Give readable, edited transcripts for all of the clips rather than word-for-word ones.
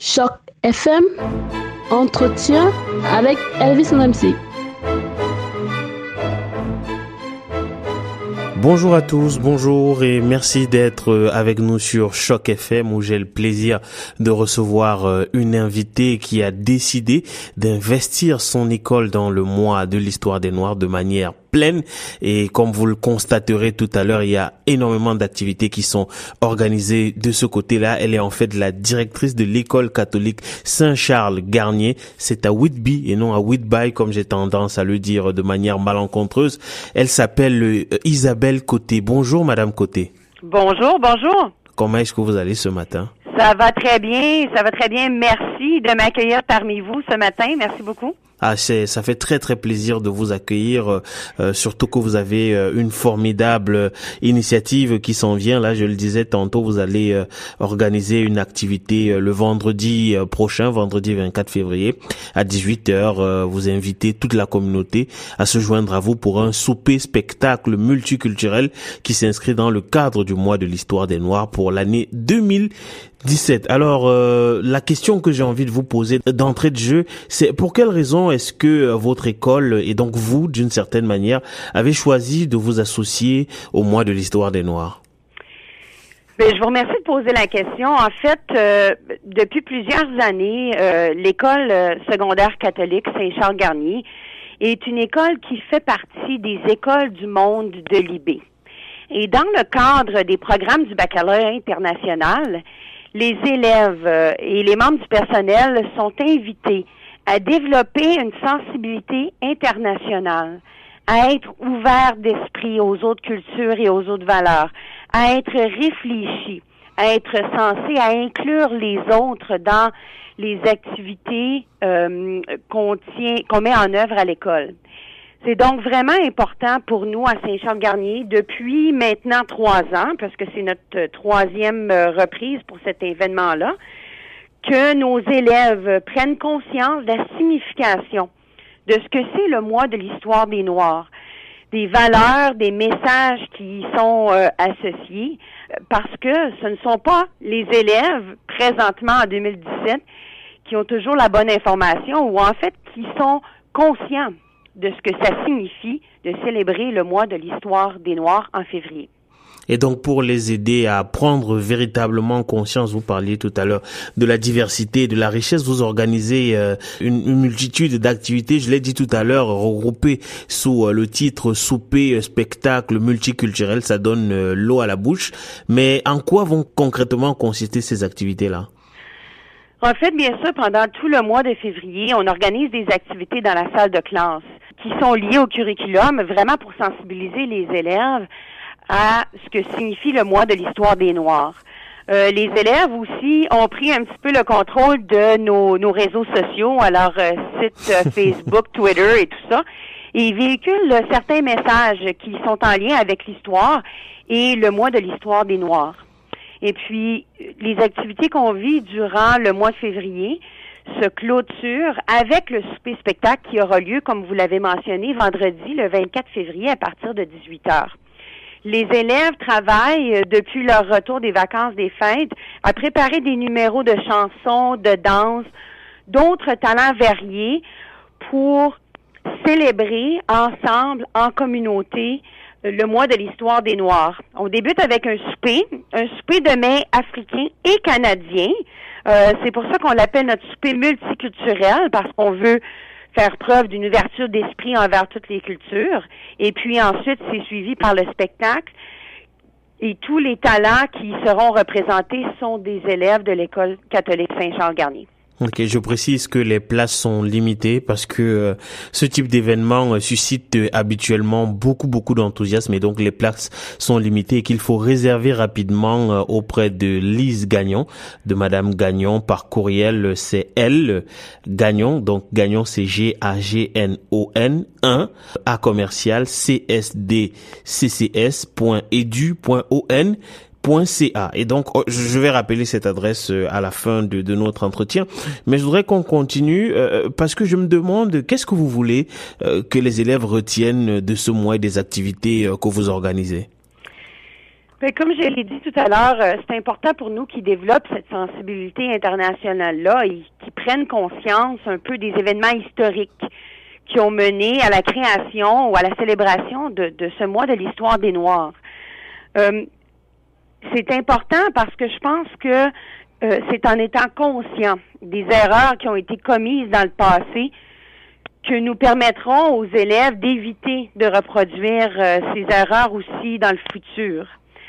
Choc FM, entretien avec Elvis MC. Bonjour à tous, bonjour et merci d'être avec nous sur Choc FM où j'ai le plaisir de recevoir une invitée qui a décidé d'investir son école dans le mois de l'histoire des Noirs de manière pleine et comme vous le constaterez tout à l'heure, il y a énormément d'activités qui sont organisées de ce côté-là. Elle est en fait la directrice de l'école catholique Saint-Charles-Garnier. C'est à Whitby et non à Whitby comme j'ai tendance à le dire de manière malencontreuse. Elle s'appelle Isabelle Côté. Bonjour Madame Côté. Bonjour. Comment est-ce que vous allez ce matin? Ça va très bien. Merci de m'accueillir parmi vous ce matin. Merci beaucoup. Ça fait très très plaisir de vous accueillir, surtout que vous avez une formidable initiative qui s'en vient. Là, je le disais tantôt, vous allez organiser une activité le vendredi prochain, vendredi 24 février à 18h. Vous invitez toute la communauté à se joindre à vous pour un souper spectacle multiculturel qui s'inscrit dans le cadre du mois de l'histoire des Noirs pour l'année 2017. Alors, la question que j'ai envie de vous poser d'entrée de jeu, c'est pour quelle raison est-ce que votre école et donc vous, d'une certaine manière, avez choisi de vous associer au mois de l'histoire des Noirs? Je vous remercie de poser la question. En fait, depuis plusieurs années, l'école secondaire catholique Saint-Charles-Garnier est une école qui fait partie des écoles du monde de l'IB. Et dans le cadre des programmes du baccalauréat international, les élèves et les membres du personnel sont invités à développer une sensibilité internationale, à être ouverts d'esprit aux autres cultures et aux autres valeurs, à être réfléchis, à être sensés, à inclure les autres dans les activités qu'on met en œuvre à l'école. C'est donc vraiment important pour nous à Saint-Charles-Garnier depuis maintenant 3 ans, parce que c'est notre 3e reprise pour cet événement-là, que nos élèves prennent conscience de la signification de ce que c'est le mois de l'histoire des Noirs, des valeurs, des messages qui y sont associés, parce que ce ne sont pas les élèves présentement en 2017 qui ont toujours la bonne information ou en fait qui sont conscients de ce que ça signifie de célébrer le mois de l'histoire des Noirs en février. Et donc pour les aider à prendre véritablement conscience, vous parliez tout à l'heure de la diversité, de la richesse, vous organisez une multitude d'activités, je l'ai dit tout à l'heure, regroupées sous le titre souper, spectacle multiculturel, ça donne l'eau à la bouche. Mais en quoi vont concrètement consister ces activités-là? En fait, bien sûr, pendant tout le mois de février, on organise des activités dans la salle de classe qui sont liées au curriculum, vraiment pour sensibiliser les élèves à ce que signifie le mois de l'histoire des Noirs. Les élèves aussi ont pris un petit peu le contrôle de nos réseaux sociaux, alors sites Facebook, Twitter et tout ça, et ils véhiculent certains messages qui sont en lien avec l'histoire et le mois de l'histoire des Noirs. Et puis, les activités qu'on vit durant le mois de février se clôturent avec le souper-spectacle qui aura lieu, comme vous l'avez mentionné, vendredi, le 24 février, à partir de 18h. Les élèves travaillent, depuis leur retour des vacances des fêtes, à préparer des numéros de chansons, de danse, d'autres talents variés pour célébrer ensemble, en communauté, le mois de l'histoire des Noirs. On débute avec un souper de mets africain et canadien. C'est pour ça qu'on l'appelle notre souper multiculturel, parce qu'on veut faire preuve d'une ouverture d'esprit envers toutes les cultures. Et puis ensuite, c'est suivi par le spectacle. Et tous les talents qui seront représentés sont des élèves de l'école catholique Saint-Charles-Garnier. Ok, je précise que les places sont limitées parce que ce type d'événement suscite habituellement beaucoup d'enthousiasme et donc les places sont limitées et qu'il faut réserver rapidement auprès de Lise Gagnon, de Madame Gagnon par courriel, c'est elle Gagnon, donc Gagnon c'est Gagnon 1 à commercial csdccs.edu.on .ca. Et donc, je vais rappeler cette adresse à la fin de notre entretien, mais je voudrais qu'on continue parce que je me demande qu'est-ce que vous voulez que les élèves retiennent de ce mois et des activités que vous organisez. Comme je l'ai dit tout à l'heure, c'est important pour nous qui développent cette sensibilité internationale-là et qui prennent conscience un peu des événements historiques qui ont mené à la création ou à la célébration de ce mois de l'histoire des Noirs. C'est important parce que je pense que c'est en étant conscient des erreurs qui ont été commises dans le passé que nous permettrons aux élèves d'éviter de reproduire ces erreurs aussi dans le futur.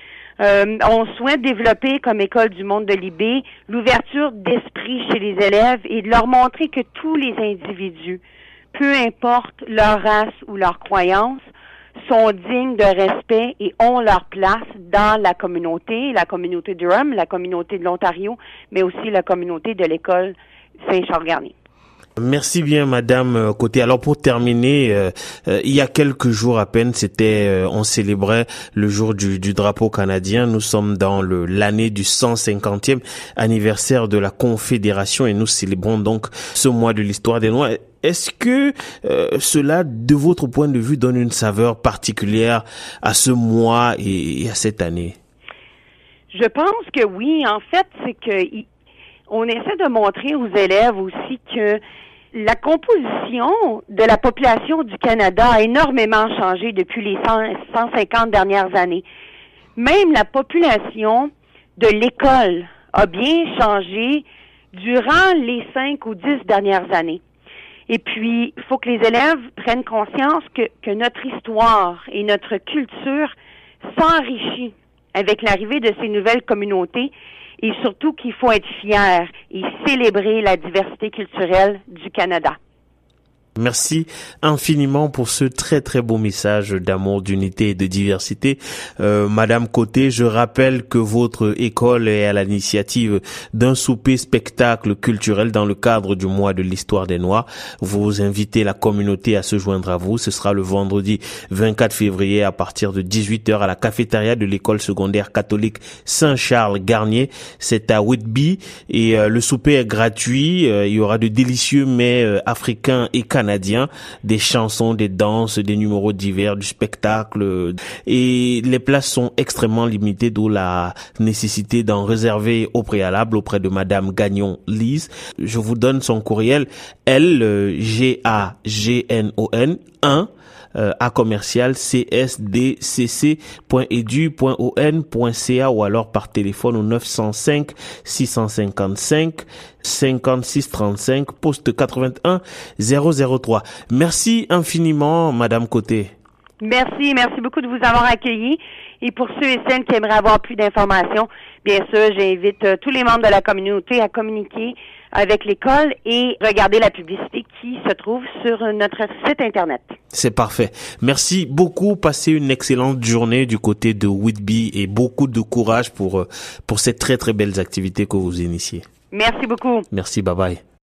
On souhaite développer comme École du monde de l'IB l'ouverture d'esprit chez les élèves et de leur montrer que tous les individus, peu importe leur race ou leur croyance, sont dignes de respect et ont leur place dans la communauté Durham, la communauté de l'Ontario, mais aussi la communauté de l'École Saint-Charles-Garnier. Merci bien, Madame Côté. Alors, pour terminer, il y a quelques jours à peine, on célébrait le jour du drapeau canadien. Nous sommes dans l'année du 150e anniversaire de la Confédération et nous célébrons donc ce mois de l'histoire des Noirs. Est-ce que cela, de votre point de vue, donne une saveur particulière à ce mois et à cette année? Je pense que oui. En fait, c'est que on essaie de montrer aux élèves aussi que la composition de la population du Canada a énormément changé depuis les 150 dernières années. Même la population de l'école a bien changé durant les 5 ou 10 dernières années. Et puis, il faut que les élèves prennent conscience que notre histoire et notre culture s'enrichit avec l'arrivée de ces nouvelles communautés et surtout qu'il faut être fier et célébrer la diversité culturelle du Canada. Merci infiniment pour ce très très beau message d'amour, d'unité et de diversité. Madame Côté, je rappelle que votre école est à l'initiative d'un souper spectacle culturel dans le cadre du mois de l'histoire des Noirs. Vous invitez la communauté à se joindre à vous. Ce sera le vendredi 24 février à partir de 18h à la cafétéria de l'école secondaire catholique Saint-Charles-Garnier. C'est à Whitby et le souper est gratuit. Il y aura de délicieux mets africains et canadiens, des chansons, des danses, des numéros divers, du spectacle. Et les places sont extrêmement limitées, d'où la nécessité d'en réserver au préalable auprès de Madame Gagnon-Lise. Je vous donne son courriel LGAGNON 1 à commercial csdcc.edu.on.ca ou alors par téléphone au 905 655 56 35 poste 81 003. Merci infiniment, Madame Côté. Merci beaucoup de vous avoir accueillis. Et pour ceux et celles qui aimeraient avoir plus d'informations, bien sûr, j'invite tous les membres de la communauté à communiquer avec l'école et regarder la publicité qui se trouve sur notre site Internet. C'est parfait. Merci beaucoup. Passez une excellente journée du côté de Whitby et beaucoup de courage pour ces très très belles activités que vous initiez. Merci beaucoup. Merci, bye bye.